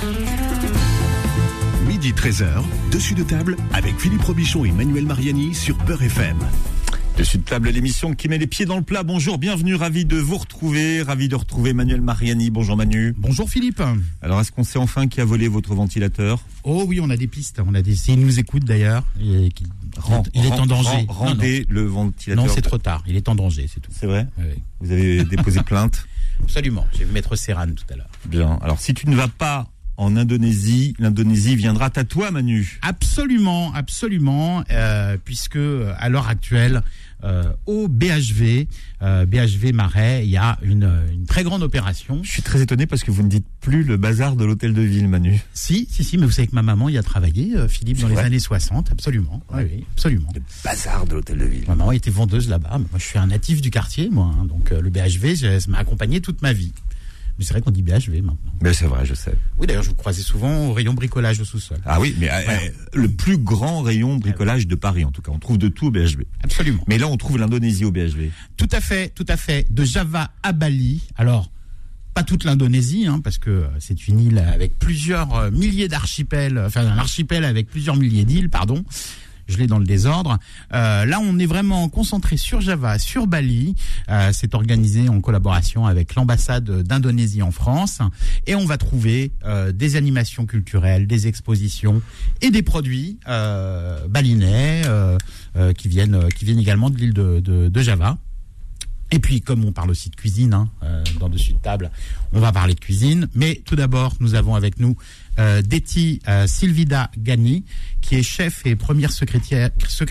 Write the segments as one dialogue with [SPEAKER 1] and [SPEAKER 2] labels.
[SPEAKER 1] Midi 13h, Dessus de table avec Philippe Robichon et Manuel Mariani sur Beurre FM.
[SPEAKER 2] Dessus de table, l'émission qui met les pieds dans le plat. Bonjour, bienvenue, ravi de vous retrouver, ravi de retrouver Manuel Mariani. Bonjour Manu.
[SPEAKER 3] Bonjour Philippe.
[SPEAKER 2] Alors, est-ce qu'on sait enfin qui a volé votre ventilateur ?
[SPEAKER 3] Oh oui, on a des pistes. S'il nous écoute d'ailleurs, il est en danger.
[SPEAKER 2] Rendez le ventilateur.
[SPEAKER 3] Non, c'est trop tard. Il est en danger, c'est tout.
[SPEAKER 2] C'est vrai ?
[SPEAKER 3] Oui.
[SPEAKER 2] Vous avez déposé plainte ?
[SPEAKER 3] Absolument. Je vais mettre Serran tout à l'heure.
[SPEAKER 2] Bien. Alors, si tu ne vas pas en Indonésie, l'Indonésie viendra à toi, Manu.
[SPEAKER 3] Absolument, puisque à l'heure actuelle, au BHV Marais, il y a une très grande opération.
[SPEAKER 2] Je suis très étonné parce que vous ne dites plus le bazar de l'hôtel de ville, Manu.
[SPEAKER 3] Si, mais vous savez que ma maman y a travaillé, Philippe, dans les années 60, absolument.
[SPEAKER 2] Ouais.
[SPEAKER 3] Oui, absolument.
[SPEAKER 2] Le bazar de l'hôtel de ville.
[SPEAKER 3] Ma maman était vendeuse là-bas. Moi, je suis un natif du quartier, moi. Donc, le BHV, ça m'a accompagné toute ma vie. Mais c'est vrai qu'on dit BHV maintenant.
[SPEAKER 2] Mais c'est vrai, je sais.
[SPEAKER 3] Oui, d'ailleurs, je vous croisais souvent au rayon bricolage au sous-sol.
[SPEAKER 2] Ah oui, mais le plus grand rayon bricolage de Paris, en tout cas. On trouve de tout au BHV.
[SPEAKER 3] Absolument.
[SPEAKER 2] Mais là, on trouve l'Indonésie au BHV.
[SPEAKER 3] Tout à fait. De Java à Bali. Alors, pas toute l'Indonésie, parce que c'est une île avec plusieurs milliers d'archipels, enfin un archipel avec plusieurs milliers d'îles, pardon. Je l'ai dans le désordre. Là, on est vraiment concentré sur Java, sur Bali. C'est organisé en collaboration avec l'ambassade d'Indonésie en France. Et on va trouver des animations culturelles, des expositions et des produits balinais qui viennent également de l'île de Java. Et puis, comme on parle aussi de cuisine, dans Dessus de table, on va parler de cuisine. Mais tout d'abord, nous avons avec nous Deti Silvida Gani, qui est chef et première secrétaire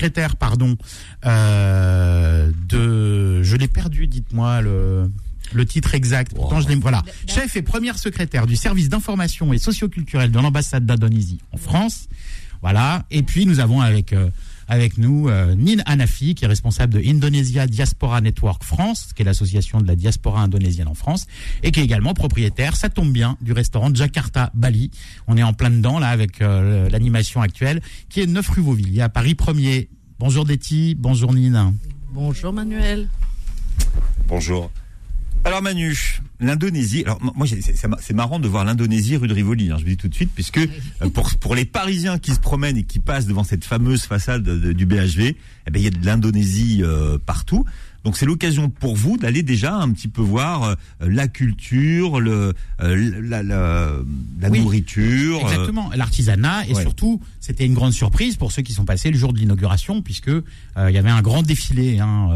[SPEAKER 3] je l'ai perdu, dites-moi le titre exact. Pourtant, voilà. Chef et première secrétaire du service d'information et socioculturel de l'ambassade d'Indonésie en France. Voilà. Et puis, nous avons avec nous Nin Hanafi, qui est responsable de Indonesia Diaspora Network France, qui est l'association de la diaspora indonésienne en France, et qui est également propriétaire, ça tombe bien, du restaurant Jakarta Bali. On est en plein dedans, là, avec l'animation actuelle, qui est 9 rue Vauville, à Paris 1er. Bonjour Deti, bonjour Nin.
[SPEAKER 4] Bonjour Manuel.
[SPEAKER 2] Bonjour. Alors Manu, l'Indonésie, alors moi c'est marrant de voir l'Indonésie rue de Rivoli, je vous dis tout de suite, puisque pour les Parisiens qui se promènent et qui passent devant cette fameuse façade du BHV, il y a de l'Indonésie partout. Donc c'est l'occasion pour vous d'aller déjà un petit peu voir la culture, la nourriture.
[SPEAKER 3] Exactement, l'artisanat et surtout c'était une grande surprise pour ceux qui sont passés le jour de l'inauguration, puisque il y avait un grand défilé,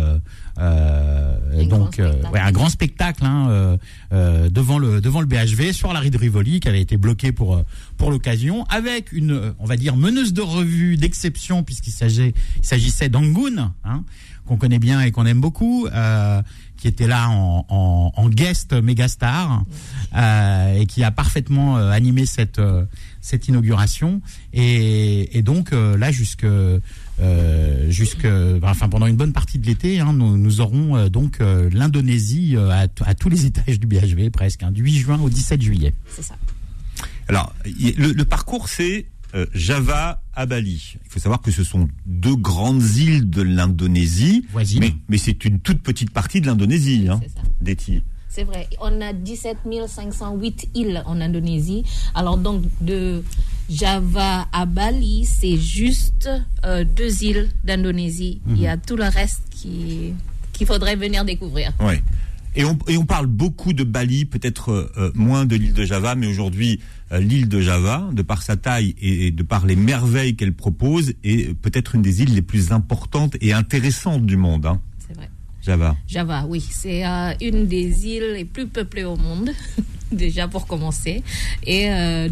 [SPEAKER 3] un grand spectacle devant le BHV sur la rue de Rivoli, qui avait été bloqué pour l'occasion, avec une, on va dire, meneuse de revue d'exception, puisqu'il s'agissait d'Anggun, qu'on connaît bien et qu'on aime beaucoup, qui était là en guest mégastar, et qui a parfaitement animé cette inauguration, et donc là pendant une bonne partie de l'été, nous aurons donc l'Indonésie à tous les étages du BHV presque, du 8 juin au 17 juillet.
[SPEAKER 4] C'est ça.
[SPEAKER 2] Alors le parcours, c'est Java à Bali. Il faut savoir que ce sont deux grandes îles de l'Indonésie, mais c'est une toute petite partie de l'Indonésie, Deti.
[SPEAKER 4] C'est vrai, on a 17 508 îles en Indonésie. Alors donc de Java à Bali, c'est juste 2 îles d'Indonésie. Il y a tout le reste qu'il faudrait venir découvrir.
[SPEAKER 2] Oui. Et on parle beaucoup de Bali, peut-être moins de l'île de Java, mais aujourd'hui, l'île de Java, de par sa taille et de par les merveilles qu'elle propose, est peut-être une des îles les plus importantes et intéressantes du monde.
[SPEAKER 4] C'est vrai.
[SPEAKER 2] Java,
[SPEAKER 4] oui. C'est une des îles les plus peuplées au monde, déjà pour commencer. Et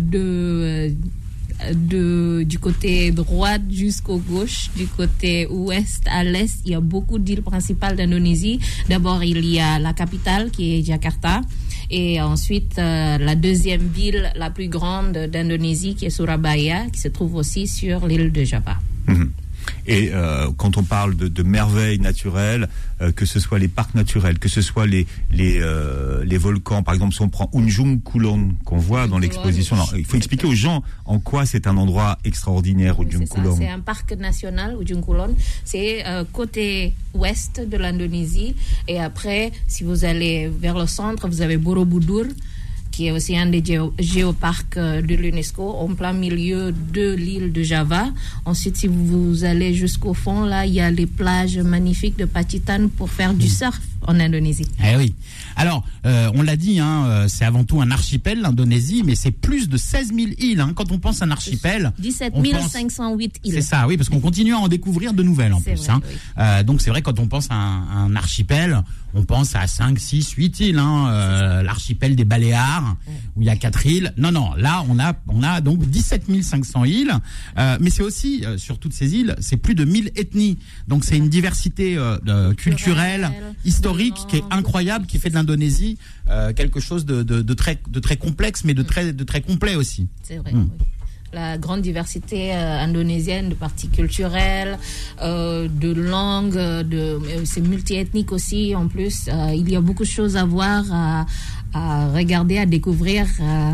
[SPEAKER 4] du côté droit jusqu'au gauche, du côté ouest à l'est, il y a beaucoup d'îles principales d'Indonésie. D'abord, il y a la capitale qui est Jakarta, et ensuite la deuxième ville la plus grande d'Indonésie qui est Surabaya, qui se trouve aussi sur l'île de Java.
[SPEAKER 2] Et quand on parle de merveilles naturelles, que ce soit les parcs naturels, que ce soit les volcans, par exemple, si on prend Ujung Kulon qu'on voit dans l'exposition, alors, il faut expliquer aux gens en quoi c'est un endroit extraordinaire, Ujung Kulon.
[SPEAKER 4] C'est un parc national, Ujung Kulon. C'est côté ouest de l'Indonésie. Et après, si vous allez vers le centre, vous avez Borobudur, qui est aussi un des géoparcs de l'UNESCO, en plein milieu de l'île de Java. Ensuite, si vous allez jusqu'au fond, là, il y a les plages magnifiques de Pacitan pour faire du surf en Indonésie.
[SPEAKER 3] Eh oui. Alors, on l'a dit, c'est avant tout un archipel, l'Indonésie, mais c'est plus de 16 000 îles. Quand on pense à un archipel,
[SPEAKER 4] 17 508 îles.
[SPEAKER 3] C'est ça, oui, parce qu'on continue à en découvrir de nouvelles en plus.
[SPEAKER 4] Vrai, oui.
[SPEAKER 3] Donc c'est vrai, quand on pense à un archipel, on pense à 5, 6, 8 îles. L'archipel des Baléares, où il y a 4 îles. Non, là, on a donc 17 500 îles. Mais c'est aussi, sur toutes ces îles, c'est plus de 1000 ethnies. Donc c'est une diversité culturelle, historique, qui est incroyable, qui fait de l'Indonésie quelque chose de très complexe, mais de très complet aussi.
[SPEAKER 4] C'est vrai, oui. La grande diversité indonésienne de parties culturelles, de langues, c'est multiethnique aussi en plus. Il y a beaucoup de choses à voir, à regarder, à découvrir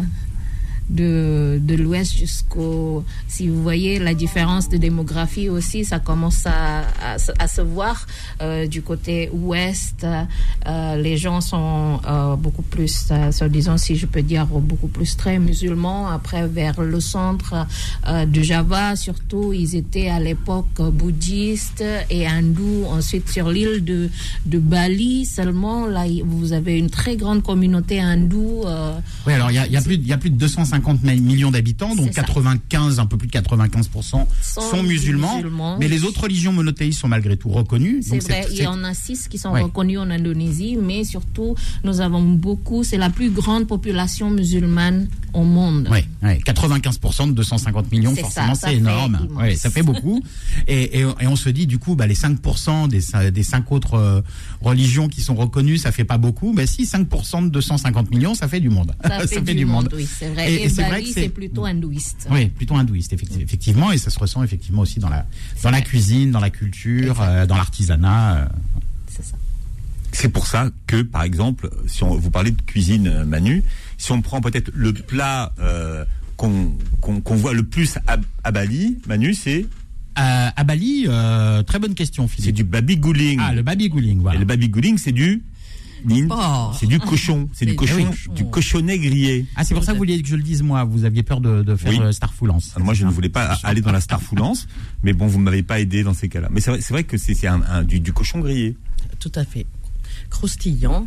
[SPEAKER 4] de l'ouest jusqu'au... Si vous voyez la différence de démographie aussi, ça commence à se voir. Du côté ouest, les gens sont beaucoup plus, disons, si je peux dire, beaucoup plus très musulmans. Après, vers le centre de Java, surtout, ils étaient à l'époque bouddhistes et hindous. Ensuite, sur l'île de Bali, seulement, là, vous avez une très grande communauté hindoue.
[SPEAKER 3] Oui, alors il y a plus de 250 millions d'habitants, donc un peu plus de 95% sont musulmans, mais les autres religions monothéistes sont malgré tout reconnues.
[SPEAKER 4] C'est vrai, il y en a 6 qui sont reconnus en Indonésie, mais surtout, nous avons c'est la plus grande population musulmane au monde.
[SPEAKER 3] Oui, 95% de 250 millions, forcément, c'est énorme. Ça fait beaucoup. Et on se dit, du coup, les 5% des 5 autres religions qui sont reconnues, ça fait pas beaucoup. Mais si, 5% de 250 millions, ça fait du monde.
[SPEAKER 4] Ça fait du monde, oui, c'est vrai. Et Bali, c'est plutôt hindouiste.
[SPEAKER 3] Oui, plutôt hindouiste, effectivement. Et ça se ressent effectivement aussi dans la cuisine, dans la culture, dans l'artisanat.
[SPEAKER 4] C'est ça.
[SPEAKER 2] C'est pour ça que, par exemple, si vous parlez de cuisine, Manu, si on prend peut-être le plat qu'on voit le plus à Bali, Manu, c'est...
[SPEAKER 3] À Bali, très bonne question, Philippe.
[SPEAKER 2] C'est du babi guling.
[SPEAKER 3] Ah, le babi guling, voilà.
[SPEAKER 2] Et le babi guling, c'est du... C'est du cochon, du cochonnet grillé.
[SPEAKER 3] Ah, c'est pour ça que vous vouliez que je le dise, moi. Vous aviez peur de faire Starfoulance.
[SPEAKER 2] Moi, je ne voulais pas aller dans la Starfoulance, mais bon, vous ne m'avez pas aidé dans ces cas-là. Mais c'est vrai que c'est du cochon grillé.
[SPEAKER 5] Tout à fait. Croustillant,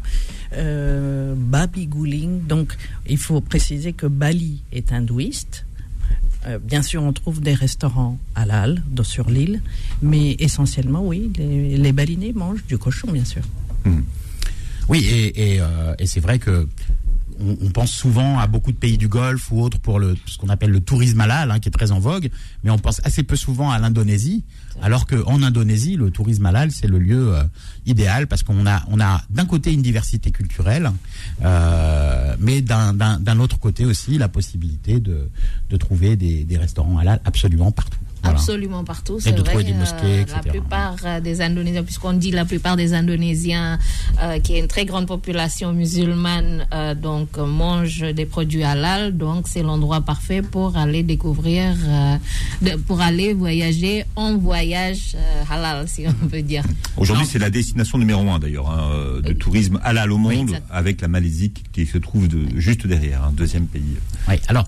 [SPEAKER 5] babi guling. Donc, il faut préciser que Bali est hindouiste. Bien sûr, on trouve des restaurants halal sur l'île, mais essentiellement, oui, les Balinais mangent du cochon, bien sûr.
[SPEAKER 3] Oui, et c'est vrai que on pense souvent à beaucoup de pays du Golfe ou autres pour ce qu'on appelle le tourisme halal, qui est très en vogue, mais on pense assez peu souvent à l'Indonésie, alors qu'en Indonésie, le tourisme halal, c'est le lieu idéal parce qu'on a d'un côté une diversité culturelle, mais d'un autre côté aussi la possibilité de trouver des restaurants halal absolument partout. Voilà.
[SPEAKER 4] Absolument partout, c'est
[SPEAKER 3] et de
[SPEAKER 4] vrai.
[SPEAKER 3] Trouver des mosquées, etc.
[SPEAKER 4] La plupart des Indonésiens, puisqu'on dit la plupart des Indonésiens, qui est une très grande population musulmane, donc mangent des produits halal, donc c'est l'endroit parfait pour aller découvrir, pour aller voyager en voyage halal, si on peut dire.
[SPEAKER 2] Aujourd'hui, c'est la destination numéro 1 d'ailleurs, de tourisme halal au monde, avec la Malaisie qui se trouve juste derrière, deuxième pays.
[SPEAKER 3] Oui, alors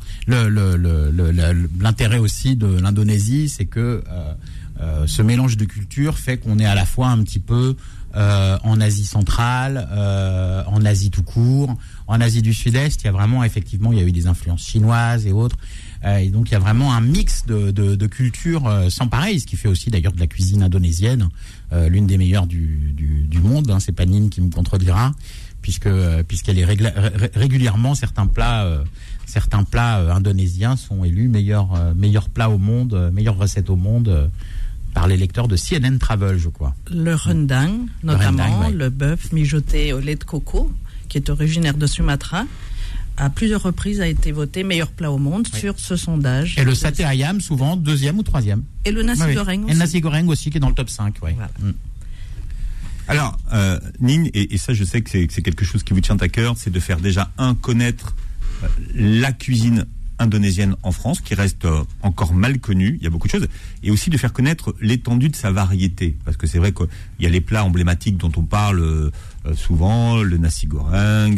[SPEAKER 3] l'intérêt aussi de l'Indonésie, c'est que ce mélange de cultures fait qu'on est à la fois un petit peu en Asie centrale, en Asie tout court, en Asie du Sud-Est. Il y a eu des influences chinoises et autres. Et donc, il y a vraiment un mix de cultures sans pareil, ce qui fait aussi d'ailleurs de la cuisine indonésienne l'une des meilleures du monde. C'est pas Nine qui me contredira, puisqu'elle est régulièrement certains plats indonésiens sont élus meilleurs plats au monde, meilleures recettes au monde par les lecteurs de CNN Travel, je crois.
[SPEAKER 5] Le rendang, notamment, le bœuf mijoté au lait de coco, qui est originaire de Sumatra, à plusieurs reprises a été voté meilleur plat au monde sur ce sondage.
[SPEAKER 3] Et le saté ayam, souvent deuxième ou troisième.
[SPEAKER 5] Et le nasi goreng aussi.
[SPEAKER 3] Et le nasi goreng aussi, qui est dans le top 5. Ouais.
[SPEAKER 5] Voilà.
[SPEAKER 2] Alors, Nine, et ça je sais que c'est quelque chose qui vous tient à cœur, c'est de faire déjà connaître la cuisine indonésienne en France, qui reste encore mal connue. Il y a beaucoup de choses. Et aussi de faire connaître l'étendue de sa variété. Parce que c'est vrai qu'il y a les plats emblématiques dont on parle souvent, le nasi goreng,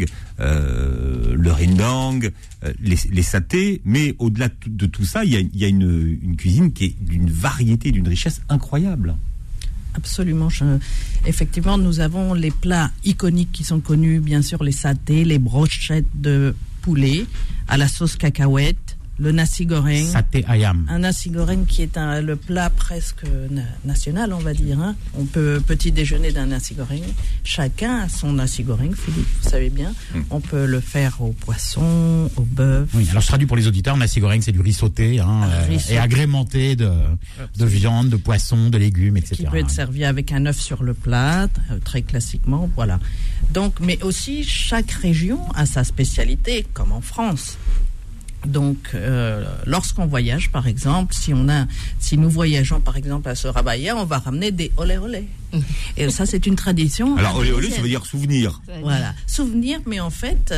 [SPEAKER 2] le rendang, les satés. Mais au-delà de tout ça, il y a une cuisine qui est d'une variété, d'une richesse incroyable.
[SPEAKER 5] Absolument. Effectivement, nous avons les plats iconiques qui sont connus, bien sûr, les satés, les brochettes de poulet à la sauce cacahuète, le nasi goreng.
[SPEAKER 3] Saté ayam.
[SPEAKER 5] Un nasi goreng qui est le plat presque national, on va dire. Hein. On peut petit déjeuner d'un nasi goreng. Chacun a son nasi goreng, Philippe, vous savez bien. On peut le faire au poisson, au bœuf.
[SPEAKER 3] Oui, alors je traduis pour les auditeurs, nasi goreng, c'est du riz sauté, et agrémenté de viande, de poisson, de légumes, etc.
[SPEAKER 5] Qui peut être servi avec un œuf sur le plat, très classiquement, voilà. Donc, mais aussi, chaque région a sa spécialité, comme en France. Donc, lorsqu'on voyage, par exemple, si nous voyageons, par exemple, à Surabaya, on va ramener des olé olé. Et ça, c'est une tradition.
[SPEAKER 2] Alors, olé olé, ça veut dire souvenir.
[SPEAKER 5] Voilà, souvenir, mais en fait,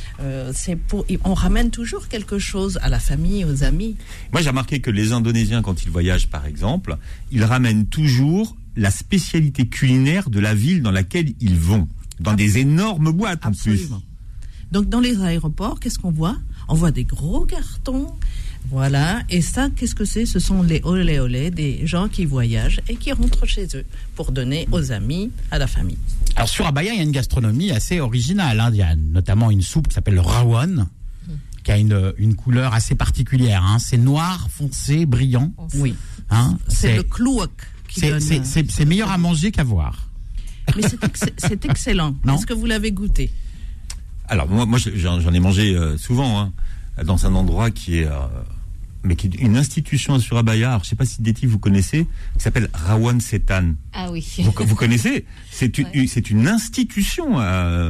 [SPEAKER 5] on ramène toujours quelque chose à la famille, aux amis.
[SPEAKER 2] Moi, j'ai remarqué que les Indonésiens, quand ils voyagent, par exemple, ils ramènent toujours la spécialité culinaire de la ville dans laquelle ils vont, dans des énormes boîtes en plus.
[SPEAKER 5] Donc, dans les aéroports, qu'est-ce qu'on voit ? On voit des gros cartons, voilà. Et ça, qu'est-ce que c'est ? Ce sont les olé olé, des gens qui voyagent et qui rentrent chez eux pour donner aux amis, à la famille.
[SPEAKER 3] Alors, sur Surabaya, il y a une gastronomie assez originale. Hein. Il y a notamment une soupe qui s'appelle le rawon, qui a une couleur assez particulière. Hein. C'est noir, foncé, brillant.
[SPEAKER 5] Oui.
[SPEAKER 3] Hein.
[SPEAKER 5] C'est le kluwak qui donne...
[SPEAKER 3] C'est meilleur à manger qu'à voir.
[SPEAKER 5] Mais c'est excellent.
[SPEAKER 3] Non ?
[SPEAKER 5] Est-ce que vous l'avez goûté ?
[SPEAKER 2] Alors moi j'en ai mangé souvent hein, dans un endroit qui est une institution à Surabaya. Alors je sais pas si Déti vous connaissez, qui s'appelle Rawon Setan.
[SPEAKER 4] Ah oui.
[SPEAKER 2] Vous connaissez ? C'est une institution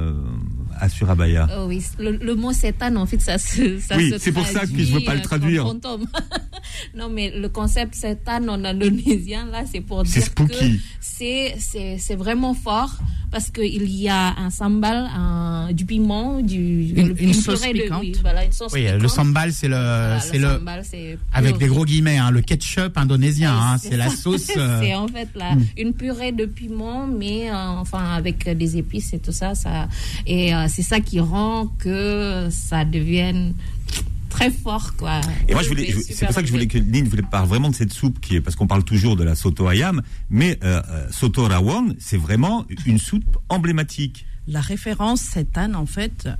[SPEAKER 2] à Surabaya.
[SPEAKER 4] Oh oui, le mot Setan en fait ça se
[SPEAKER 2] c'est pour ça que je veux pas le traduire.
[SPEAKER 4] Non mais le concept Setan en indonésien là c'est pour dire
[SPEAKER 2] spooky.
[SPEAKER 4] Que c'est vraiment fort. Parce qu'il y a un sambal, du piment,
[SPEAKER 5] une sauce piquante.
[SPEAKER 4] Oui, voilà, une sauce piquante.
[SPEAKER 3] Le sambal, c'est
[SPEAKER 4] sambal, c'est
[SPEAKER 3] avec des gros guillemets, hein, le ketchup indonésien, oui, c'est la sauce.
[SPEAKER 4] C'est en fait une purée de piment, mais avec des épices et tout ça, et c'est ça qui rend que ça devienne très fort, quoi.
[SPEAKER 2] Et moi, c'est pour ça que je voulais que Lynn parle vraiment de cette soupe parce qu'on parle toujours de la soto ayam, mais soto rawon, c'est vraiment une soupe emblématique.
[SPEAKER 5] La référence Setan, en fait,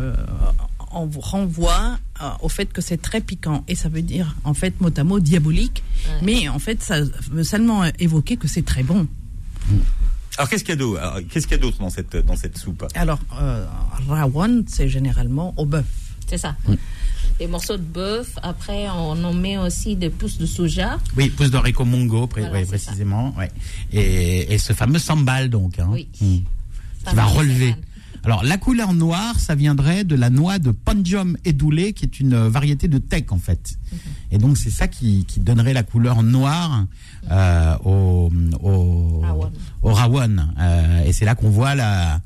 [SPEAKER 5] on vous renvoie au fait que c'est très piquant, et ça veut dire, en fait, mot à mot, diabolique, mais en fait, ça veut seulement évoquer que c'est très bon.
[SPEAKER 2] Alors, qu'est-ce qu'il y a d'autre dans cette soupe ?
[SPEAKER 5] Alors, rawon, c'est généralement au bœuf.
[SPEAKER 4] C'est ça. Des morceaux de bœuf. Après, on en met aussi des pousses de soja.
[SPEAKER 3] Oui, pousses d'orico mongo, précisément. Ouais. Et ce fameux sambal, donc. Hein,
[SPEAKER 4] oui.
[SPEAKER 3] Qui va relever. Alors, la couleur noire, ça viendrait de la noix de Panjom Edule, qui est une variété de teck, en fait. Et donc, c'est ça qui donnerait la couleur noire au rawon. Et c'est là qu'on voit la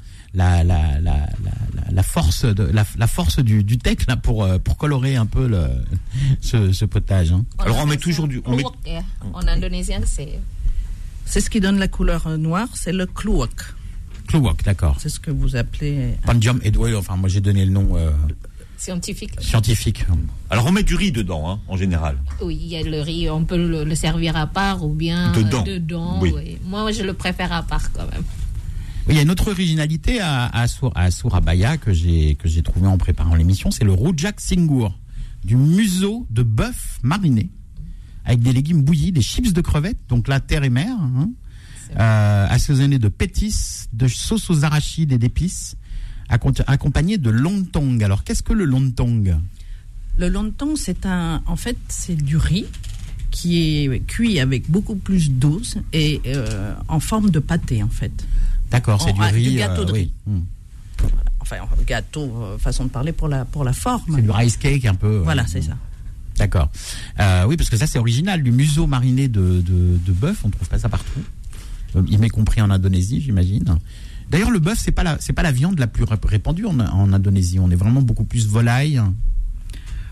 [SPEAKER 3] force du teck là pour colorer un peu ce potage. Hein.
[SPEAKER 2] Alors on met toujours
[SPEAKER 4] en indonésien
[SPEAKER 5] c'est ce qui donne la couleur noire, c'est le kluwak.
[SPEAKER 3] Kluwak, d'accord.
[SPEAKER 5] C'est ce que vous appelez
[SPEAKER 3] Panjom Edule, enfin moi j'ai donné le nom scientifique.
[SPEAKER 2] Alors on met du riz dedans, hein, en général.
[SPEAKER 4] Oui, il y a le riz, on peut le servir à part ou bien dedans.
[SPEAKER 2] Oui.
[SPEAKER 4] Oui. Moi je le préfère à part quand même.
[SPEAKER 3] Il y a une autre originalité à Surabaya que j'ai trouvé en préparant l'émission, c'est le rujak singur, du museau de bœuf mariné avec des légumes bouillis, des chips de crevettes, donc là terre et mer, hein, assaisonné de pétis, de sauce aux arachides et d'épices, accompagné de lontong. Alors qu'est-ce que le lontong ?
[SPEAKER 5] Le lontong, c'est du riz qui est cuit avec beaucoup plus d'eau et en forme de pâté en fait.
[SPEAKER 3] D'accord, c'est du riz.
[SPEAKER 5] Du gâteau de riz.
[SPEAKER 3] Oui.
[SPEAKER 5] Enfin, gâteau, façon de parler pour la forme.
[SPEAKER 3] C'est du rice cake un peu.
[SPEAKER 5] Voilà, c'est ça.
[SPEAKER 3] D'accord. Oui, parce que ça c'est original, du museau mariné de bœuf, on trouve pas ça partout. Y compris en Indonésie, j'imagine. D'ailleurs, le bœuf, c'est pas la viande la plus répandue en Indonésie. On est vraiment beaucoup plus volaille.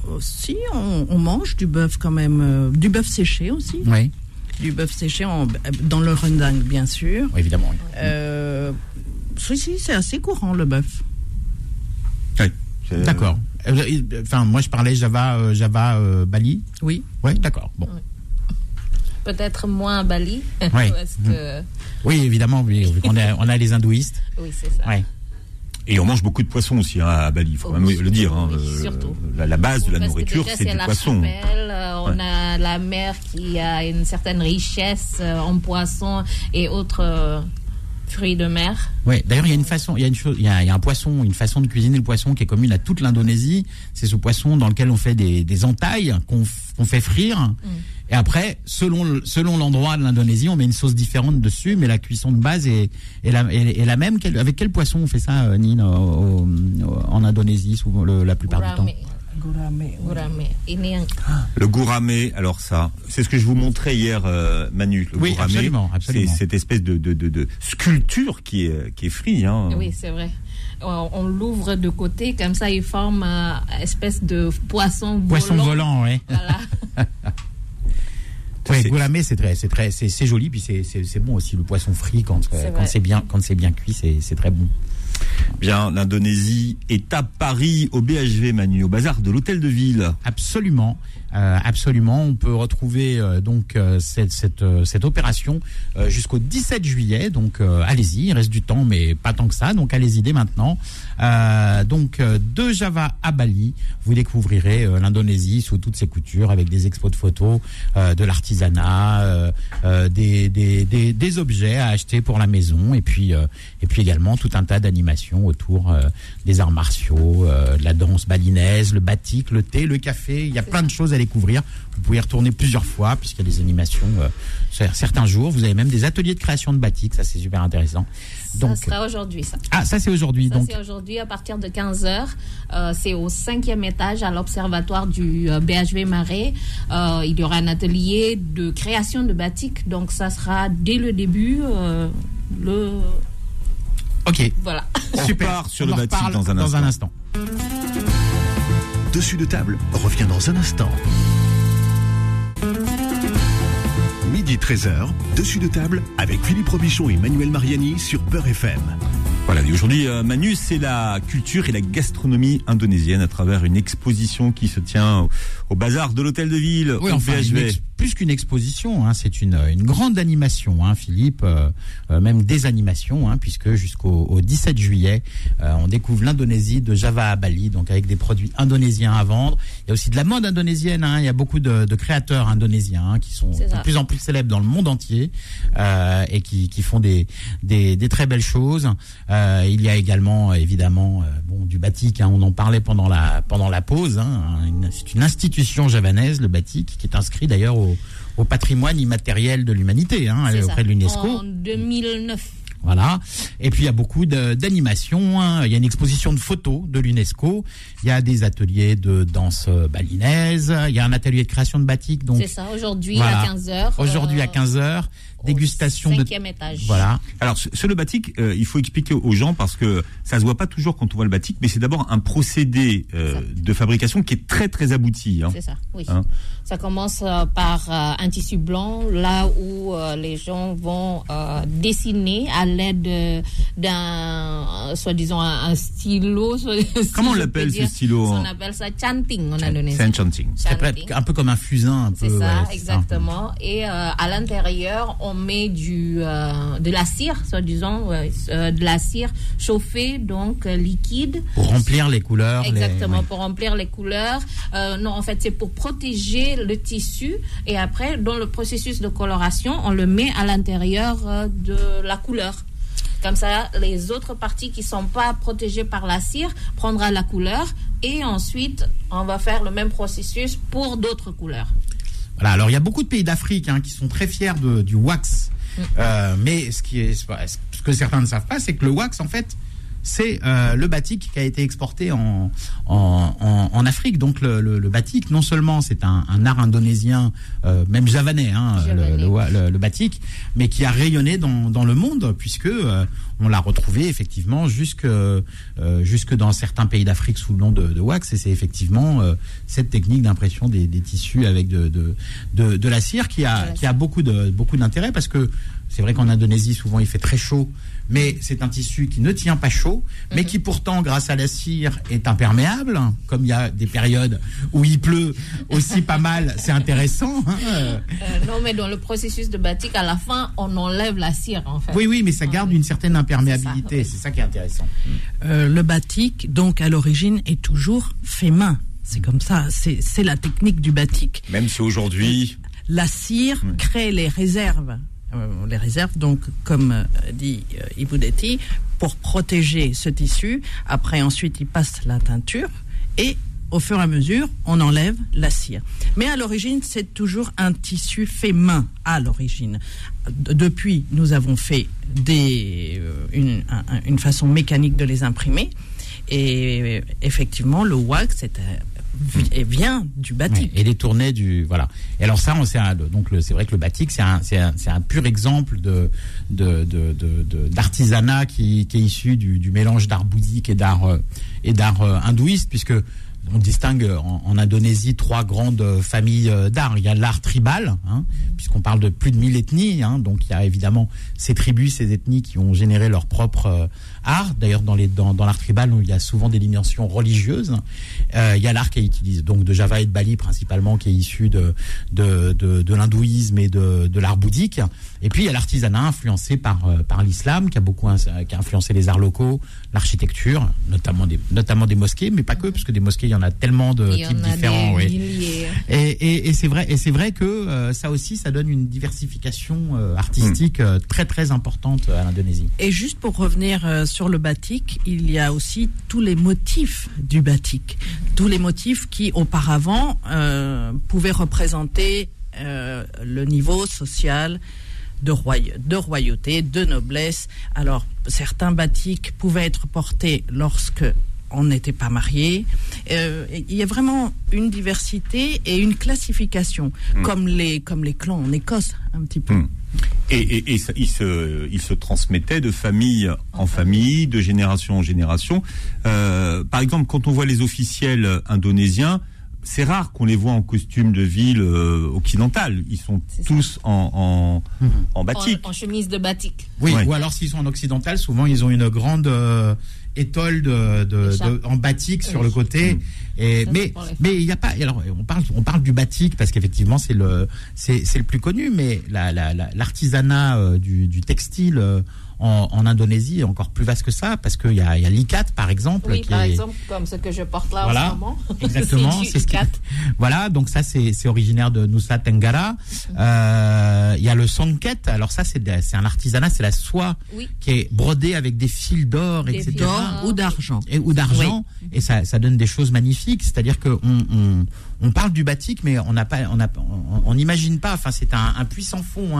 [SPEAKER 5] Si, on mange du bœuf quand même, du bœuf séché aussi.
[SPEAKER 3] Oui.
[SPEAKER 5] Du bœuf séché dans le rendang, bien sûr.
[SPEAKER 3] Oui, évidemment. Oui.
[SPEAKER 5] Si, c'est assez courant, le bœuf.
[SPEAKER 2] Oui.
[SPEAKER 3] D'accord. Enfin, moi, je parlais Java Bali.
[SPEAKER 5] Oui.
[SPEAKER 3] Oui, d'accord. Bon.
[SPEAKER 4] Oui. Peut-être moins à Bali.
[SPEAKER 3] Oui.
[SPEAKER 4] Parce que...
[SPEAKER 3] Oui, évidemment, vu qu'on a les hindouistes.
[SPEAKER 4] Oui, c'est ça.
[SPEAKER 3] Ouais.
[SPEAKER 2] Et on mange beaucoup de poissons aussi à Bali, il faut même le dire.
[SPEAKER 4] Surtout.
[SPEAKER 2] La base de la
[SPEAKER 4] Parce que
[SPEAKER 2] nourriture,
[SPEAKER 4] déjà,
[SPEAKER 2] c'est du poisson.
[SPEAKER 4] On a la mer qui a une certaine richesse en poissons et autres fruits de mer.
[SPEAKER 3] Oui, d'ailleurs, il y a une façon, il y a un poisson, une façon de cuisiner le poisson qui est commune à toute l'Indonésie. C'est ce poisson dans lequel on fait des entailles qu'on fait frire. Et après, selon l'endroit de l'Indonésie, on met une sauce différente dessus, mais la cuisson de base est la même. Avec quel poisson on fait ça, Nine, en Indonésie, souvent, la plupart du temps?
[SPEAKER 5] Gourame.
[SPEAKER 2] Le gourame, alors ça, c'est ce que je vous montrais hier, Manu. Le gourame,
[SPEAKER 3] absolument.
[SPEAKER 2] C'est cette espèce de sculpture qui est frite. Hein.
[SPEAKER 4] Oui, c'est vrai. On l'ouvre de côté, comme ça, il forme une espèce de poisson volant.
[SPEAKER 3] Poisson volant, oui.
[SPEAKER 4] Voilà.
[SPEAKER 3] Oui, gourame, c'est joli, puis c'est bon aussi, le poisson frit quand c'est bien cuit, c'est très bon.
[SPEAKER 2] Bien, l'Indonésie est à Paris, au BHV, Manu, au bazar de l'Hôtel de Ville.
[SPEAKER 3] Absolument. On peut retrouver cette opération jusqu'au 17 juillet. Donc allez-y, il reste du temps, mais pas tant que ça. Donc allez-y dès maintenant. De Java à Bali, vous découvrirez l'Indonésie sous toutes ses coutures, avec des expos de photos, de l'artisanat, des objets à acheter pour la maison, et puis également tout un tas d'animations autour des arts martiaux, de la danse balinaise, le batik, le thé, le café. Il y a plein de choses à découvrir. Vous pouvez y retourner plusieurs fois puisqu'il y a des animations certains jours. Vous avez même des ateliers de création de batik. Ça, c'est super intéressant.
[SPEAKER 4] Ça sera aujourd'hui, ça.
[SPEAKER 3] Ah, ça, c'est aujourd'hui.
[SPEAKER 4] C'est aujourd'hui à partir de 15h. C'est au 5e étage à l'observatoire du BHV Marais. Il y aura un atelier de création de batik. Donc, ça sera dès le début.
[SPEAKER 3] Ok.
[SPEAKER 4] Voilà.
[SPEAKER 3] Super.
[SPEAKER 2] On part sur le batik dans un instant.
[SPEAKER 1] Dessus de table revient dans un instant. Midi 13h, dessus de table avec Philippe Robichon et Manuel Mariani sur Beurre FM.
[SPEAKER 2] Voilà, et aujourd'hui, Manu, c'est la culture et la gastronomie indonésienne à travers une exposition qui se tient au bazar de l'Hôtel de Ville,
[SPEAKER 3] oui,
[SPEAKER 2] au
[SPEAKER 3] enfin,
[SPEAKER 2] BHV.
[SPEAKER 3] Plus qu'une exposition, c'est une grande animation, Philippe, même des animations, puisque jusqu'au 17 juillet, on découvre l'Indonésie de Java à Bali, donc avec des produits indonésiens à vendre. Il y a aussi de la mode indonésienne, il y a beaucoup de créateurs indonésiens qui sont de plus en plus célèbres dans le monde entier et qui font des très belles choses. Il y a également, évidemment, du batik, on en parlait pendant la pause. C'est une institution javanaise, le batik, qui est inscrit d'ailleurs au patrimoine immatériel de l'humanité, auprès de l'UNESCO.
[SPEAKER 4] En 2009.
[SPEAKER 3] Voilà. Et puis il y a beaucoup d'animations. Il y a une exposition de photos de l'UNESCO. Il y a des ateliers de danse balinaise. Il y a un atelier de création de batik. Donc
[SPEAKER 4] c'est ça. Aujourd'hui à 15h.
[SPEAKER 3] Aujourd'hui à 15h. Dégustation de
[SPEAKER 4] 5e étage.
[SPEAKER 3] Voilà.
[SPEAKER 2] Alors sur le batik, il faut expliquer aux gens parce que ça se voit pas toujours quand on voit le batik, mais c'est d'abord un procédé de fabrication qui est très très abouti.
[SPEAKER 4] C'est ça. Oui. Ça commence par un tissu blanc, là où les gens vont dessiner à l'aide d'un, soi-disant, un stylo.
[SPEAKER 2] Comment on l'appelle ce stylo?
[SPEAKER 4] On appelle ça chanting en Indonésie.
[SPEAKER 2] C'est un chanting.
[SPEAKER 3] C'est un peu comme un fusain.
[SPEAKER 4] C'est ça, exactement. Ça. Et à l'intérieur, on met de la cire, soi-disant, de la cire chauffée, donc liquide.
[SPEAKER 3] Pour remplir les couleurs.
[SPEAKER 4] Exactement, pour remplir les couleurs. Non, en fait, c'est pour protéger le tissu, et après, dans le processus de coloration, on le met à l'intérieur de la couleur. Comme ça, les autres parties qui ne sont pas protégées par la cire prendra la couleur, et ensuite, on va faire le même processus pour d'autres couleurs.
[SPEAKER 3] Voilà, alors il y a beaucoup de pays d'Afrique qui sont très fiers du wax. Mais ce que certains ne savent pas, c'est que le wax, en fait, c'est le batik qui a été exporté en Afrique. Donc le batik, non seulement c'est un art indonésien, même javanais, le batik, mais qui a rayonné dans le monde, puisque on l'a retrouvé effectivement jusque dans certains pays d'Afrique sous le nom de wax, et c'est effectivement cette technique d'impression des tissus avec de la cire qui a beaucoup d'intérêt, parce que c'est vrai qu'en Indonésie souvent il fait très chaud, mais c'est un tissu qui ne tient pas chaud, mais qui pourtant, grâce à la cire, est imperméable. Comme il y a des périodes où il pleut aussi pas mal, c'est intéressant.
[SPEAKER 4] Non, mais dans le processus de batik, à la fin, on enlève la cire, en fait.
[SPEAKER 3] Oui, mais ça garde une certaine imperméabilité. C'est ça qui est intéressant.
[SPEAKER 5] Le batik, donc, à l'origine, est toujours fait main. C'est comme ça. C'est la technique du batik.
[SPEAKER 2] Même si aujourd'hui...
[SPEAKER 5] La cire crée les réserves. Donc, comme dit Ibudetti, pour protéger ce tissu. Après, ensuite, il passe la teinture et au fur et à mesure, on enlève la cire. Mais à l'origine, c'est toujours un tissu fait main à l'origine. Depuis, nous avons fait une façon mécanique de les imprimer. Et effectivement, le wax vient du batik.
[SPEAKER 3] Et les tournées voilà. Et alors ça, c'est vrai que le batik, c'est un pur exemple d'artisanat qui est issu du mélange d'art bouddhique et d'art hindouiste, puisque on distingue en Indonésie 3 grandes familles d'art. Il y a l'art tribal, puisqu'on parle de plus de 1000 ethnies, donc il y a évidemment ces tribus, ces ethnies qui ont généré leur propre art. D'ailleurs, dans l'art tribal, il y a souvent des dimensions religieuses. Il y a l'art qui utilise donc de Java et de Bali principalement, qui est issu de l'hindouisme et de l'art bouddhique. Et puis il y a l'artisanat influencé par l'islam, qui a influencé les arts locaux, l'architecture, notamment des mosquées, mais pas que, parce que des mosquées, il y en a tellement de types différents. Et c'est vrai que ça aussi, ça donne une diversification artistique très très importante à l'Indonésie.
[SPEAKER 5] Et juste pour revenir sur le batik, il y a aussi tous les motifs du batik, tous les motifs qui auparavant pouvaient représenter le niveau social de royauté, de noblesse. Alors, certains batiks pouvaient être portés lorsque on n'était pas marié. Il y a vraiment une diversité et une classification, comme les clans en Écosse, un petit peu.
[SPEAKER 2] Et il se transmettait de famille en famille, de génération en génération. Par exemple, quand on voit les officiels indonésiens, c'est rare qu'on les voit en costume de ville occidentale. Ils sont tous en batik.
[SPEAKER 4] En chemise de batik.
[SPEAKER 3] Oui, ou alors s'ils sont en occidental, souvent ils ont une grande étole en batik sur le côté. Mais il y a pas. Alors on parle du batik parce qu'effectivement c'est le plus connu, mais l'artisanat du textile en Indonésie est encore plus vaste que ça, parce qu'il y a l'ikat par exemple.
[SPEAKER 4] Oui, par exemple, comme ce que je porte là en ce moment.
[SPEAKER 3] Exactement.
[SPEAKER 4] C'est du ikat.
[SPEAKER 3] Voilà, donc ça c'est originaire de Nusa Tenggara. Il y a le songket. Alors ça c'est un artisanat, c'est la soie qui est brodée avec des fils d'or, etc.
[SPEAKER 5] D'or ou d'argent.
[SPEAKER 3] Et ça donne des choses magnifiques. C'est-à-dire que on parle du batik, mais on n'imagine pas. Enfin, c'est un puissant fond,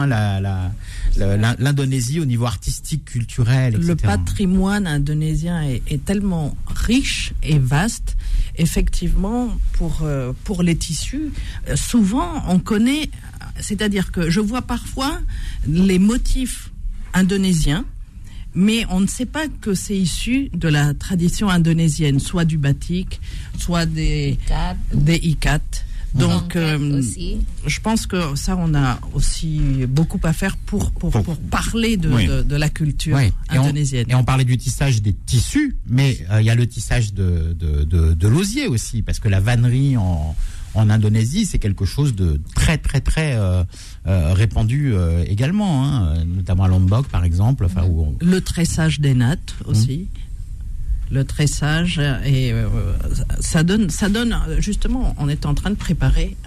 [SPEAKER 3] l'Indonésie au niveau artistique, culturel, etc.
[SPEAKER 5] Le patrimoine indonésien est tellement riche et vaste. Effectivement, pour les tissus, souvent on connaît. C'est-à-dire que je vois parfois les motifs indonésiens, mais on ne sait pas que c'est issu de la tradition indonésienne, soit du batik, soit des ikat. Donc, je pense que ça, on a aussi beaucoup à faire pour parler de la culture indonésienne.
[SPEAKER 3] Et on parlait du tissage des tissus, mais il y a le tissage de l'osier aussi, parce que la vannerie en Indonésie, c'est quelque chose de très très très répandu également, notamment à Lombok par exemple.
[SPEAKER 5] Le tressage des nattes aussi. Le tressage, et ça donne justement, on est en train de préparer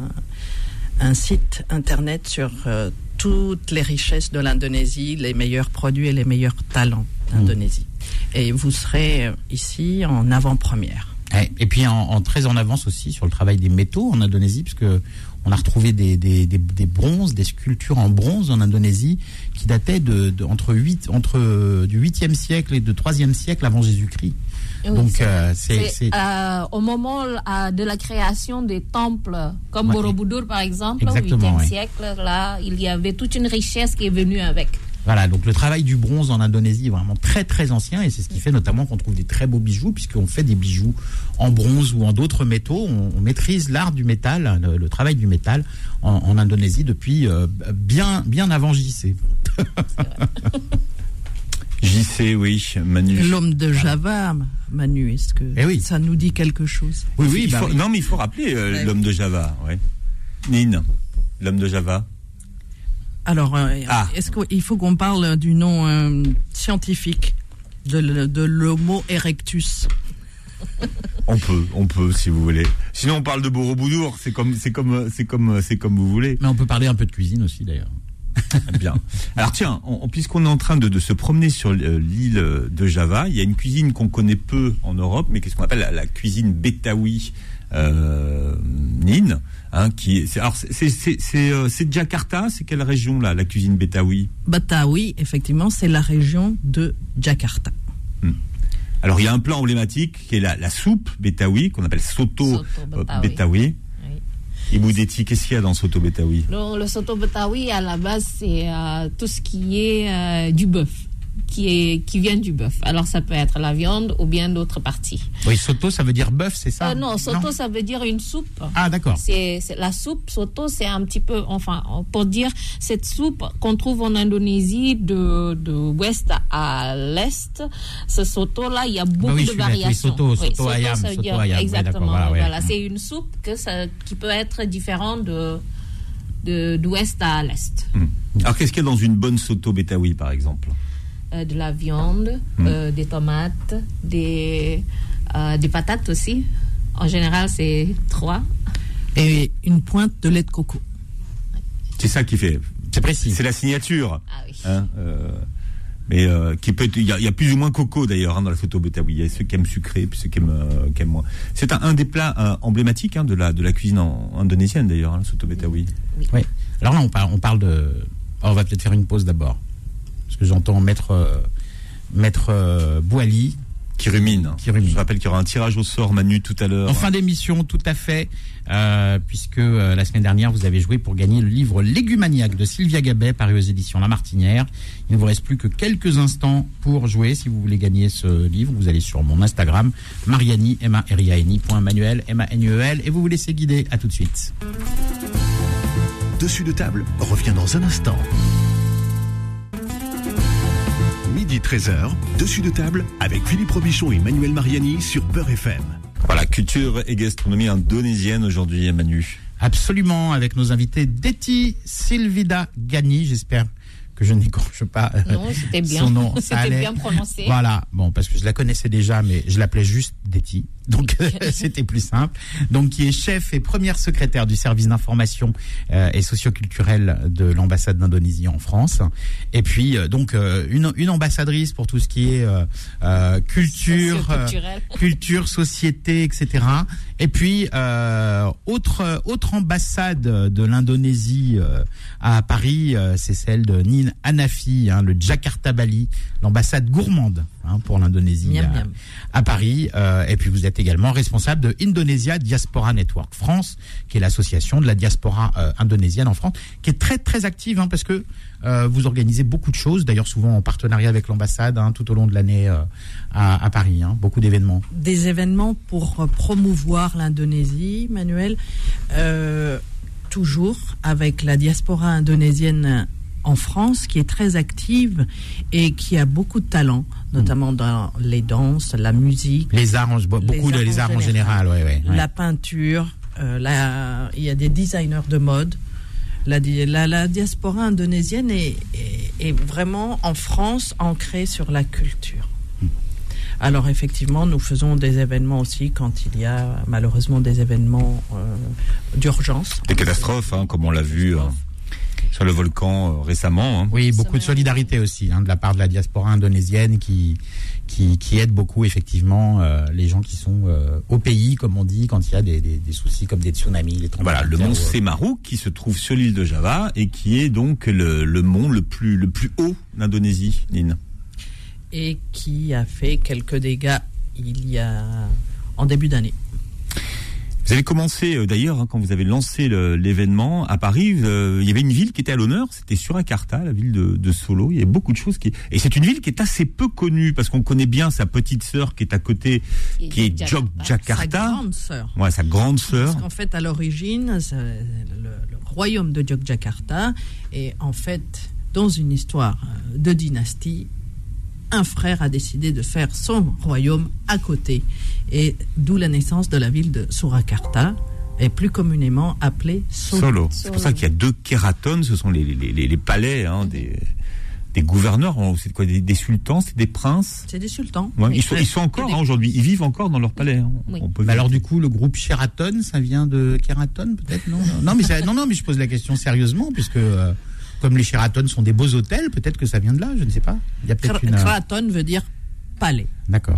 [SPEAKER 5] un site internet sur toutes les richesses de l'Indonésie, les meilleurs produits et les meilleurs talents d'Indonésie. Et vous serez ici en avant-première.
[SPEAKER 3] Ouais. Et puis très en avance aussi sur le travail des métaux en Indonésie, parce que on a retrouvé des bronzes, des sculptures en bronze en Indonésie qui dataient entre du 8e siècle et du 3e siècle avant Jésus-Christ.
[SPEAKER 4] Oui,
[SPEAKER 3] donc
[SPEAKER 4] c'est au moment de la création des temples comme Borobudur par exemple, au 8e siècle, là il y avait toute une richesse qui est venue avec.
[SPEAKER 3] Voilà, donc le travail du bronze en Indonésie est vraiment très très ancien, et c'est ce qui fait notamment qu'on trouve des très beaux bijoux, puisqu'on fait des bijoux en bronze ou en d'autres métaux. On maîtrise l'art du métal, le travail du métal en Indonésie depuis bien avant JC.
[SPEAKER 2] JC, oui, Manu.
[SPEAKER 5] L'homme de Java, Manu, est-ce que ça nous dit quelque chose?
[SPEAKER 2] Oui. Non, mais il faut rappeler l'homme de Java. Ouais. Nin, l'homme de Java.
[SPEAKER 5] Alors, est-ce qu'il faut qu'on parle du nom scientifique de l'Homo erectus?
[SPEAKER 2] On peut, si vous voulez. Sinon, on parle de Borobudur. C'est comme vous voulez.
[SPEAKER 3] Mais on peut parler un peu de cuisine aussi, d'ailleurs.
[SPEAKER 2] Bien. Alors tiens, puisqu'on est en train de se promener sur l'île de Java, il y a une cuisine qu'on connaît peu en Europe, mais qu'est-ce qu'on appelle la cuisine Betawi Nin. C'est Jakarta, c'est quelle région là, la cuisine Betawi?
[SPEAKER 5] Betawi, effectivement, c'est la région de Jakarta.
[SPEAKER 2] Alors il y a un plat emblématique qui est la soupe Betawi, qu'on appelle soto Betawi. Et Boudeti, qu'est-ce qu'il y a dans le soto Betawi?
[SPEAKER 4] Le soto Betawi, à la base, c'est tout ce qui est du bœuf, qui vient du bœuf. Alors, ça peut être la viande ou bien d'autres parties.
[SPEAKER 3] Oui, soto, ça veut dire bœuf, c'est ça?
[SPEAKER 4] Non, soto, ça veut dire une soupe.
[SPEAKER 3] Ah, d'accord.
[SPEAKER 4] C'est la soupe, soto, c'est un petit peu, pour dire, cette soupe qu'on trouve en Indonésie de ouest à l'est, ce soto-là, il y a beaucoup de variations.
[SPEAKER 3] Oui, soto ayam,
[SPEAKER 4] ça veut dire,
[SPEAKER 3] ayam.
[SPEAKER 4] Exactement. Voilà, c'est une soupe qui peut être différente d'ouest à l'est.
[SPEAKER 2] Alors, qu'est-ce qu'il y a dans une bonne soto Betawi, par exemple?
[SPEAKER 4] De la viande, des tomates, des patates aussi. En général, c'est 3.
[SPEAKER 5] Et une pointe de lait de coco.
[SPEAKER 2] C'est ça qui fait.
[SPEAKER 3] C'est précis.
[SPEAKER 2] C'est la signature.
[SPEAKER 4] Ah oui.
[SPEAKER 2] Mais qui peut être, il y a plus ou moins coco d'ailleurs dans la soto Betawi. Il y a ceux qui aiment sucré, puis ceux qui aiment moins. C'est un des plats emblématiques de la cuisine indonésienne d'ailleurs, la soto Betawi.
[SPEAKER 3] Oui. Alors là, on parle de. On va peut-être faire une pause d'abord. Parce que j'entends maître Bouali
[SPEAKER 2] qui rumine. Je rappelle qu'il y aura un tirage au sort, Manu, tout à l'heure.
[SPEAKER 3] En fin d'émission, tout à fait, puisque la semaine dernière, vous avez joué pour gagner le livre Légumaniaque de Sylvia Gabet, paru aux éditions La Martinière. Il ne vous reste plus que quelques instants pour jouer. Si vous voulez gagner ce livre, vous allez sur mon Instagram, Mariani, mariani.manuel, Manuel, et vous vous laissez guider. À tout de suite.
[SPEAKER 1] Dessus de table revient dans un instant. Midi 13h, dessus de table avec Philippe Robichon et Manuel Mariani sur Beurre FM.
[SPEAKER 2] Voilà, culture et gastronomie indonésienne aujourd'hui, Manu.
[SPEAKER 3] Absolument, avec nos invités Deti Silvida Gani, j'espère que je n'écorche pas
[SPEAKER 4] c'était bien.
[SPEAKER 3] son nom.
[SPEAKER 4] C'était bien prononcé.
[SPEAKER 3] Voilà, bon, parce que je la connaissais déjà, mais je l'appelais juste Deti, donc c'était plus simple. Donc, qui est chef et première secrétaire du service d'information et socioculturel de l'ambassade d'Indonésie en France. Et puis, une ambassadrice pour tout ce qui est culture, société, etc. Et puis, autre ambassade de l'Indonésie à Paris, c'est celle de Nin Hanafi, le Jakarta Bali, l'ambassade gourmande pour l'Indonésie à Paris. Et puis vous êtes également responsable de Indonesia Diaspora Network France, qui est l'association de la diaspora indonésienne en France, qui est très très active, parce que vous organisez beaucoup de choses, d'ailleurs souvent en partenariat avec l'ambassade tout au long de l'année à Paris, beaucoup d'événements.
[SPEAKER 5] Des événements pour promouvoir l'Indonésie, Manuel, toujours avec la diaspora indonésienne en France, qui est très active et qui a beaucoup de talent, notamment dans les danses, la musique.
[SPEAKER 3] Les arts, les arts en général, ouais.
[SPEAKER 5] La peinture, il y a des designers de mode. La diaspora indonésienne est vraiment en France ancrée sur la culture. Alors effectivement, nous faisons des événements aussi quand il y a malheureusement des événements d'urgence.
[SPEAKER 2] Des catastrophes, comme on l'a vu. sur le volcan récemment. Hein.
[SPEAKER 3] Oui, beaucoup de solidarité aussi de la part de la diaspora indonésienne qui aide beaucoup effectivement les gens qui sont au pays, comme on dit, quand il y a des soucis comme des tsunamis, les tremblements.
[SPEAKER 2] Voilà, le mont Semeru qui se trouve sur l'île de Java et qui est donc le mont le plus haut d'Indonésie, Lynn.
[SPEAKER 5] Et qui a fait quelques dégâts en début d'année.
[SPEAKER 2] Vous avez commencé d'ailleurs quand vous avez lancé l'événement à Paris, il y avait une ville qui était à l'honneur, c'était Surakarta, la ville de Solo. Il y a beaucoup de choses et c'est une ville qui est assez peu connue parce qu'on connaît bien sa petite sœur qui est à côté, qui est Yogyakarta.
[SPEAKER 5] Sa grande sœur.
[SPEAKER 2] Ouais, sa grande sœur.
[SPEAKER 5] Parce qu'en fait, à l'origine, le royaume de Yogyakarta est en fait dans une histoire de dynastie. Un frère a décidé de faire son royaume à côté, et d'où la naissance de la ville de Surakarta, et plus communément appelée Solo.
[SPEAKER 2] C'est pour ça qu'il y a 2 kératones, ce sont les palais des gouverneurs, c'est quoi, des sultans, c'est des princes.
[SPEAKER 5] C'est des sultans.
[SPEAKER 2] Ouais, ils sont encore aujourd'hui, ils vivent encore dans leur palais.
[SPEAKER 4] Oui.
[SPEAKER 3] Alors du coup, le groupe Sheraton, ça vient de Keraton peut-être, non, mais mais je pose la question sérieusement puisque comme les Sheraton sont des beaux hôtels, peut-être que ça vient de là, je ne sais pas. Il y a peut-être
[SPEAKER 5] Keraton veut dire palais.
[SPEAKER 3] D'accord.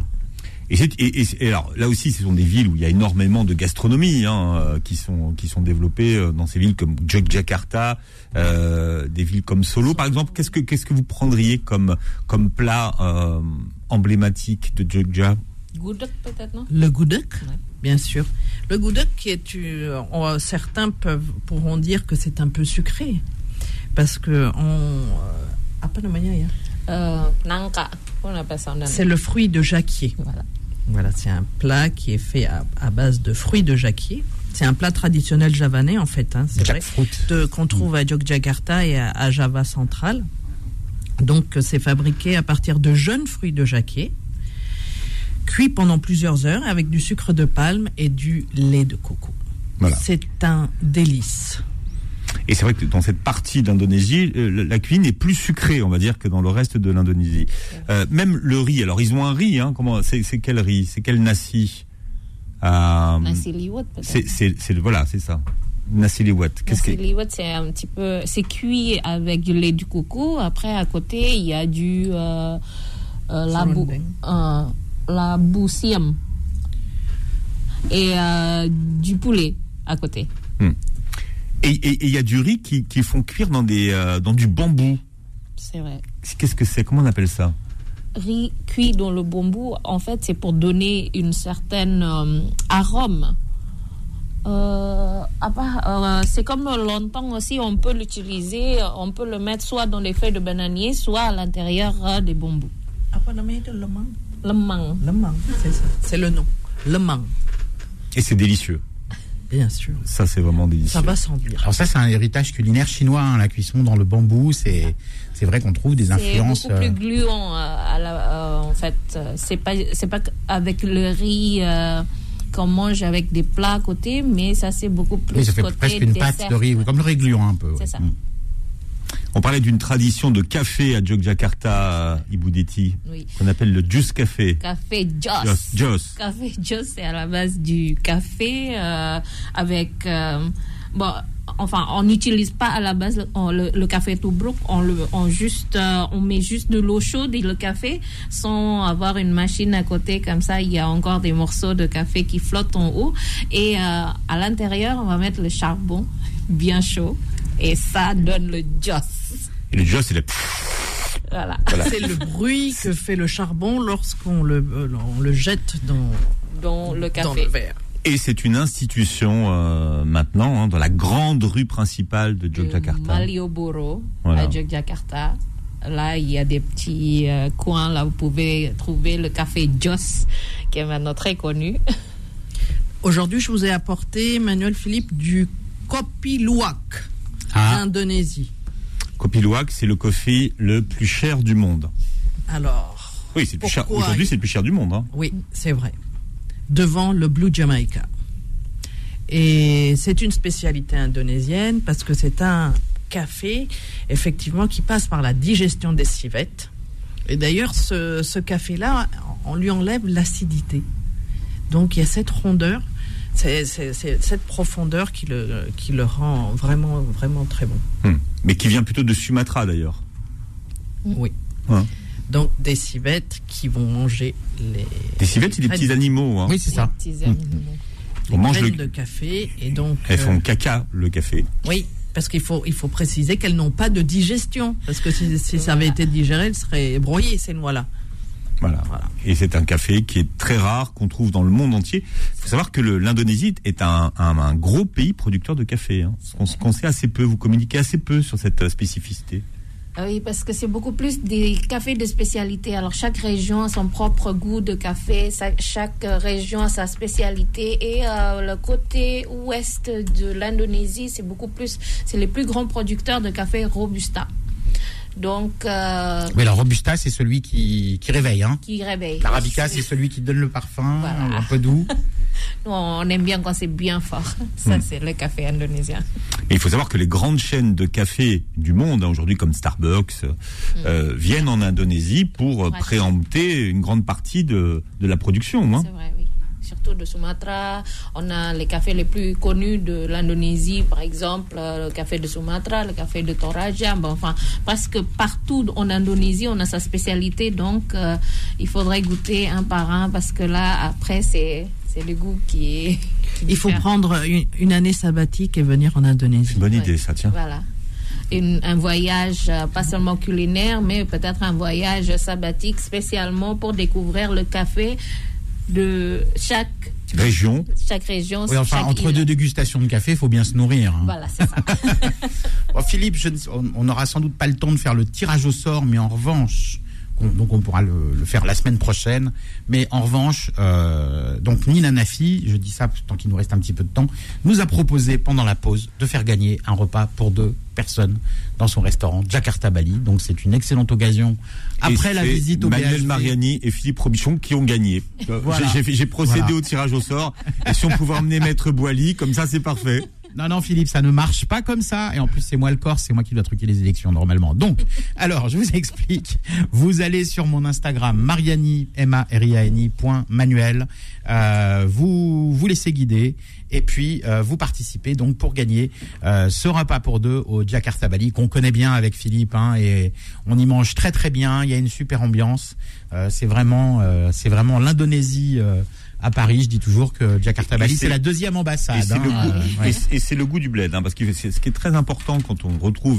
[SPEAKER 2] Et alors là aussi, ce sont des villes où il y a énormément de gastronomie qui sont développées dans ces villes comme Yogyakarta, des villes comme Solo par exemple. Qu'est-ce que vous prendriez comme plat emblématique de Jogja?
[SPEAKER 4] Gudeg peut-être, non?
[SPEAKER 5] Le gudeg,
[SPEAKER 4] Ouais.
[SPEAKER 5] bien sûr. Le gudeg certains pourront dire que c'est un peu sucré parce que apa namanya ya?
[SPEAKER 4] Nangka, on appelle ça.
[SPEAKER 5] C'est le fruit de jacquier. Voilà, c'est un plat qui est fait à base de fruits de jacquier. C'est un plat traditionnel javanais, en fait, c'est vrai, qu'on trouve à Yogyakarta et à Java central. Donc, c'est fabriqué à partir de jeunes fruits de jacquier, cuits pendant plusieurs heures avec du sucre de palme et du lait de coco. Voilà. C'est un délice.
[SPEAKER 2] Et c'est vrai que dans cette partie d'Indonésie, la cuisine est plus sucrée, on va dire, que dans le reste de l'Indonésie. Même le riz. Alors, ils ont un riz. C'est quel riz? C'est quel nasi?
[SPEAKER 4] Nasi liwet, peut-être.
[SPEAKER 2] Voilà, c'est ça. Nasi liwet.
[SPEAKER 4] Nasi liwet, c'est un petit peu, c'est cuit avec du lait du coco. Après, à côté, il y a du labu siam et du poulet à côté.
[SPEAKER 2] Et il y a du riz qui font cuire dans du bambou.
[SPEAKER 4] C'est vrai.
[SPEAKER 2] Qu'est-ce que c'est? Comment on appelle ça?
[SPEAKER 4] Riz cuit dans le bambou, en fait, c'est pour donner une certaine arôme. C'est comme lontong aussi, on peut l'utiliser, on peut le mettre soit dans les feuilles de bananier, soit à l'intérieur des bambous.
[SPEAKER 5] Apa namanya itu lemang?
[SPEAKER 4] Lemang,
[SPEAKER 5] c'est ça. C'est le nom. Lemang.
[SPEAKER 2] Et c'est délicieux.
[SPEAKER 5] Bien sûr.
[SPEAKER 2] Ça, c'est vraiment délicieux.
[SPEAKER 5] Ça va sans dire.
[SPEAKER 3] Alors ça, c'est un héritage culinaire chinois, la cuisson dans le bambou. C'est vrai qu'on trouve des influences.
[SPEAKER 4] C'est beaucoup plus gluant, en fait. C'est pas avec le riz qu'on mange avec des plats à côté, mais ça, c'est beaucoup plus.
[SPEAKER 3] Oui, ça fait presque une pâte de riz, comme le riz gluant un peu.
[SPEAKER 4] C'est ça.
[SPEAKER 2] On parlait d'une tradition de café à Yogyakarta, Ibu Deti, qu'on appelle le Jus Café.
[SPEAKER 4] Café Jos. Café Jos, c'est à la base du café avec... on n'utilise pas à la base le café Tobruk, on met juste de l'eau chaude et le café sans avoir une machine à côté, comme ça il y a encore des morceaux de café qui flottent en haut et à l'intérieur on va mettre le charbon bien chaud et ça donne le Jos.
[SPEAKER 2] Et le Jos, c'est le...
[SPEAKER 4] Voilà.
[SPEAKER 5] C'est le bruit que fait le charbon lorsqu'on le jette dans le café. Dans le verre.
[SPEAKER 2] Et c'est une institution maintenant dans la grande rue principale de Yogyakarta.
[SPEAKER 4] Malioboro, à Yogyakarta. Là, il y a des petits coins, là, vous pouvez trouver le café Jos, qui est maintenant très connu.
[SPEAKER 5] Aujourd'hui, je vous ai apporté, Emmanuel Philippe, du Kopi Luwak, d'Indonésie.
[SPEAKER 2] Kopi Luwak, c'est le café le plus cher du monde.
[SPEAKER 5] Alors,
[SPEAKER 2] oui, c'est le plus cher. Aujourd'hui, c'est le plus cher du monde.
[SPEAKER 5] Oui, c'est vrai. Devant le Blue Jamaica. Et c'est une spécialité indonésienne parce que c'est un café, effectivement, qui passe par la digestion des civettes. Et d'ailleurs, ce café-là, on lui enlève l'acidité. Donc, il y a cette rondeur, c'est cette profondeur qui le rend vraiment, vraiment très bon.
[SPEAKER 2] Mais qui vient plutôt de Sumatra d'ailleurs.
[SPEAKER 5] Oui.
[SPEAKER 2] Ouais.
[SPEAKER 5] Donc des civettes qui vont manger les...
[SPEAKER 2] Des civettes, c'est des petits animaux. Hein.
[SPEAKER 3] Oui, c'est ça.
[SPEAKER 2] On mange
[SPEAKER 5] graines de café et donc...
[SPEAKER 2] Elles font caca, le café.
[SPEAKER 5] Oui, parce qu'il faut préciser qu'elles n'ont pas de digestion. Parce que si ça avait été digéré, elles seraient broyées, ces noix-là.
[SPEAKER 2] Voilà. Et c'est un café qui est très rare, qu'on trouve dans le monde entier. Il faut savoir que l'Indonésie est un gros pays producteur de café. Hein. On sait assez peu, vous communiquez assez peu sur cette spécificité.
[SPEAKER 4] Oui, parce que c'est beaucoup plus des cafés de spécialité. Alors, chaque région a son propre goût de café. Chaque région a sa spécialité. Et le côté ouest de l'Indonésie, c'est les plus grands producteurs de café Robusta. Donc...
[SPEAKER 3] Oui, la Robusta, c'est celui qui réveille. Hein.
[SPEAKER 4] Qui réveille.
[SPEAKER 3] L'Arabica, c'est celui qui donne le parfum, un peu doux.
[SPEAKER 4] Nous, on aime bien quand c'est bien fort. Ça, c'est le café indonésien.
[SPEAKER 2] Et il faut savoir que les grandes chaînes de café du monde, aujourd'hui comme Starbucks, viennent en Indonésie pour préempter une grande partie de la production. Hein.
[SPEAKER 4] C'est vrai, oui. Surtout de Sumatra. On a les cafés les plus connus de l'Indonésie, par exemple, le café de Sumatra, le café de Toraja. Bon, enfin, presque partout en Indonésie, on a sa spécialité. Donc, il faudrait goûter un par un parce que là, après, c'est le goût qui est...
[SPEAKER 5] Il faut prendre une année sabbatique et venir en Indonésie.
[SPEAKER 2] C'est une bonne idée, ça, tiens.
[SPEAKER 4] Voilà. Un voyage, pas seulement culinaire, mais peut-être un voyage sabbatique spécialement pour découvrir le café de chaque région.
[SPEAKER 3] Oui, enfin, entre deux dégustations de café, il faut bien se nourrir. Hein.
[SPEAKER 4] Voilà, c'est ça.
[SPEAKER 3] Bon, Philippe, on n'aura sans doute pas le temps de faire le tirage au sort, mais en revanche, donc on pourra le faire la semaine prochaine. Mais en revanche, donc Nina Nafi, je dis ça tant qu'il nous reste un petit peu de temps, nous a proposé pendant la pause de faire gagner un repas pour 2 personnes dans son restaurant Jakarta Bali. Donc c'est une excellente occasion. Après la visite au
[SPEAKER 2] Manuel
[SPEAKER 3] BHV,
[SPEAKER 2] Mariani et Philippe Robichon qui ont gagné.
[SPEAKER 3] Voilà.
[SPEAKER 2] J'ai procédé au tirage au sort. Et si on pouvait emmener Maître Boily, comme ça c'est parfait.
[SPEAKER 3] Non, Philippe, ça ne marche pas comme ça. Et en plus, c'est moi le Corse, c'est moi qui dois truquer les élections normalement. Donc, alors, je vous explique. Vous allez sur mon Instagram, Mariani, mariani.manuel. Vous laissez guider. Et puis, vous participez donc pour gagner ce repas pour 2 au Jakarta Bali, qu'on connaît bien avec Philippe. Hein, et on y mange très, très bien. Il y a une super ambiance. C'est vraiment l'Indonésie... à Paris, je dis toujours que Jakarta Bali, c'est la 2e ambassade.
[SPEAKER 2] Et c'est le goût du bled, hein, parce que ce qui est très important quand on retrouve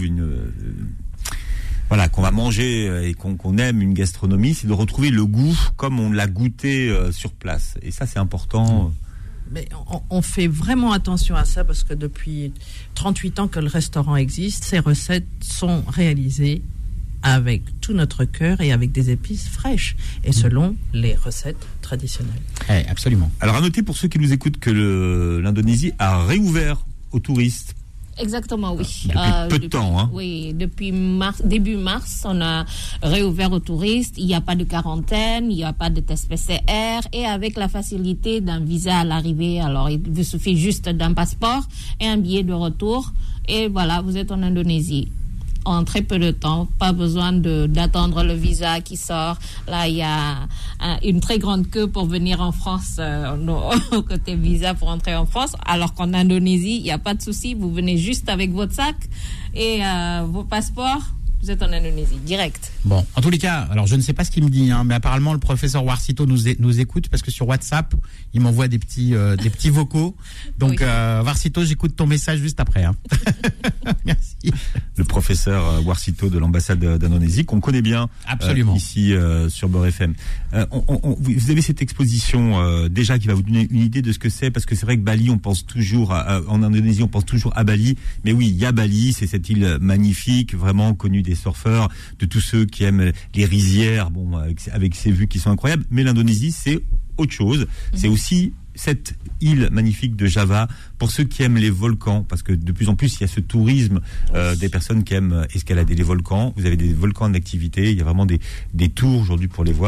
[SPEAKER 2] qu'on va manger et qu'on aime une gastronomie, c'est de retrouver le goût comme on l'a goûté sur place. Et ça, c'est important.
[SPEAKER 5] Mais on fait vraiment attention à ça parce que depuis 38 ans que le restaurant existe, ces recettes sont réalisées avec tout notre cœur et avec des épices fraîches et selon les recettes traditionnelles.
[SPEAKER 3] Absolument.
[SPEAKER 2] Alors à noter pour ceux qui nous écoutent que l'Indonésie a réouvert aux touristes.
[SPEAKER 4] Exactement, oui.
[SPEAKER 2] Depuis peu de temps, hein.
[SPEAKER 4] Oui, depuis début mars, on a réouvert aux touristes. Il n'y a pas de quarantaine, il n'y a pas de test PCR et avec la facilité d'un visa à l'arrivée. Alors, il vous suffit juste d'un passeport et un billet de retour et voilà, vous êtes en Indonésie. En très peu de temps, pas besoin d'attendre le visa qui sort. Là, il y a une très grande queue pour venir en France, au côté visa pour entrer en France, alors qu'en Indonésie, il n'y a pas de souci, vous venez juste avec votre sac et vos passeports, vous êtes en Indonésie, direct.
[SPEAKER 3] Bon, en tous les cas, alors je ne sais pas ce qu'il me dit, hein, mais apparemment le professeur Warsito nous écoute parce que sur WhatsApp, il m'envoie des petits vocaux. Donc, oui. Warsito, j'écoute ton message juste après. Hein. Merci.
[SPEAKER 2] Le professeur Warsito de l'ambassade d'Indonésie, qu'on connaît bien.
[SPEAKER 3] Absolument.
[SPEAKER 2] Ici sur Beurre FM. Vous avez cette exposition déjà qui va vous donner une idée de ce que c'est, parce que c'est vrai que Bali, on pense toujours en Indonésie, on pense toujours à Bali, mais oui, il y a Bali, c'est cette île magnifique, vraiment connue des surfeurs, de tous ceux qui aiment les rizières, avec ces vues qui sont incroyables. Mais l'Indonésie, c'est autre chose. C'est aussi cette île magnifique de Java pour ceux qui aiment les volcans, parce que de plus en plus il y a ce tourisme des personnes qui aiment escalader les volcans. Vous avez des volcans en activité, il y a vraiment des tours aujourd'hui pour les voir.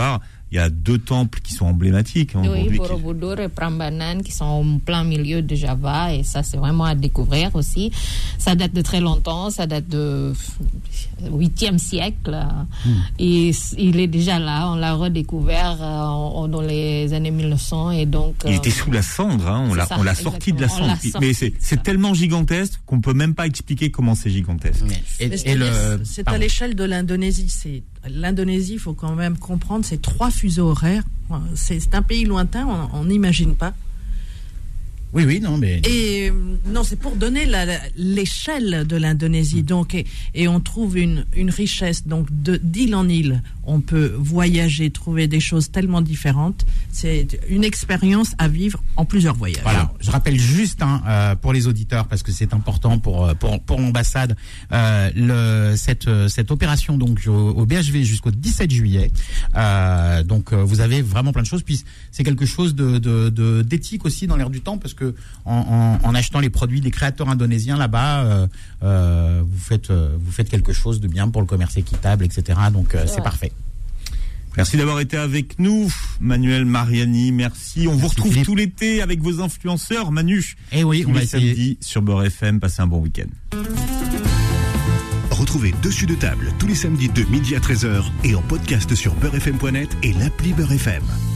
[SPEAKER 2] il y a 2 temples qui sont emblématiques
[SPEAKER 4] oui, Borobudur et Prambanan qui sont en plein milieu de Java, et ça c'est vraiment à découvrir aussi. Ça date de très longtemps, ça date de 8e siècle et il est déjà là, on l'a redécouvert dans les années 1900 et donc...
[SPEAKER 2] il était sous la cendre, on l'a sorti de la cendre, mais c'est tellement gigantesque qu'on peut même pas expliquer comment c'est gigantesque.
[SPEAKER 5] C'est à l'échelle de l'Indonésie. L'Indonésie, il faut quand même comprendre, c'est 3 fuseaux horaires. C'est un pays lointain, on n'imagine pas.
[SPEAKER 3] Oui, non, mais...
[SPEAKER 5] Et non, c'est pour donner l'échelle de l'Indonésie. Donc, et on trouve une richesse. Donc, d'île en île, on peut voyager, trouver des choses tellement différentes. C'est une expérience à vivre en plusieurs voyages.
[SPEAKER 3] Voilà, je rappelle juste pour les auditeurs, parce que c'est important pour l'ambassade, cette opération donc au BHV jusqu'au 17 juillet. Donc, vous avez vraiment plein de choses. Puis, c'est quelque chose d'éthique aussi dans l'air du temps, parce que en achetant les produits des créateurs indonésiens là-bas, vous faites quelque chose de bien pour le commerce équitable, etc. Donc c'est parfait.
[SPEAKER 2] Merci d'avoir été avec nous, Manuel Mariani. Merci. On vous retrouve tout l'été avec vos influenceurs, Manu.
[SPEAKER 3] Eh oui, on va essayer.
[SPEAKER 2] Samedi sur Beurre FM. Passez un bon week-end.
[SPEAKER 1] Retrouvez Dessus de table tous les samedis de midi à 13h et en podcast sur beurrefm.net et l'appli Beurre FM.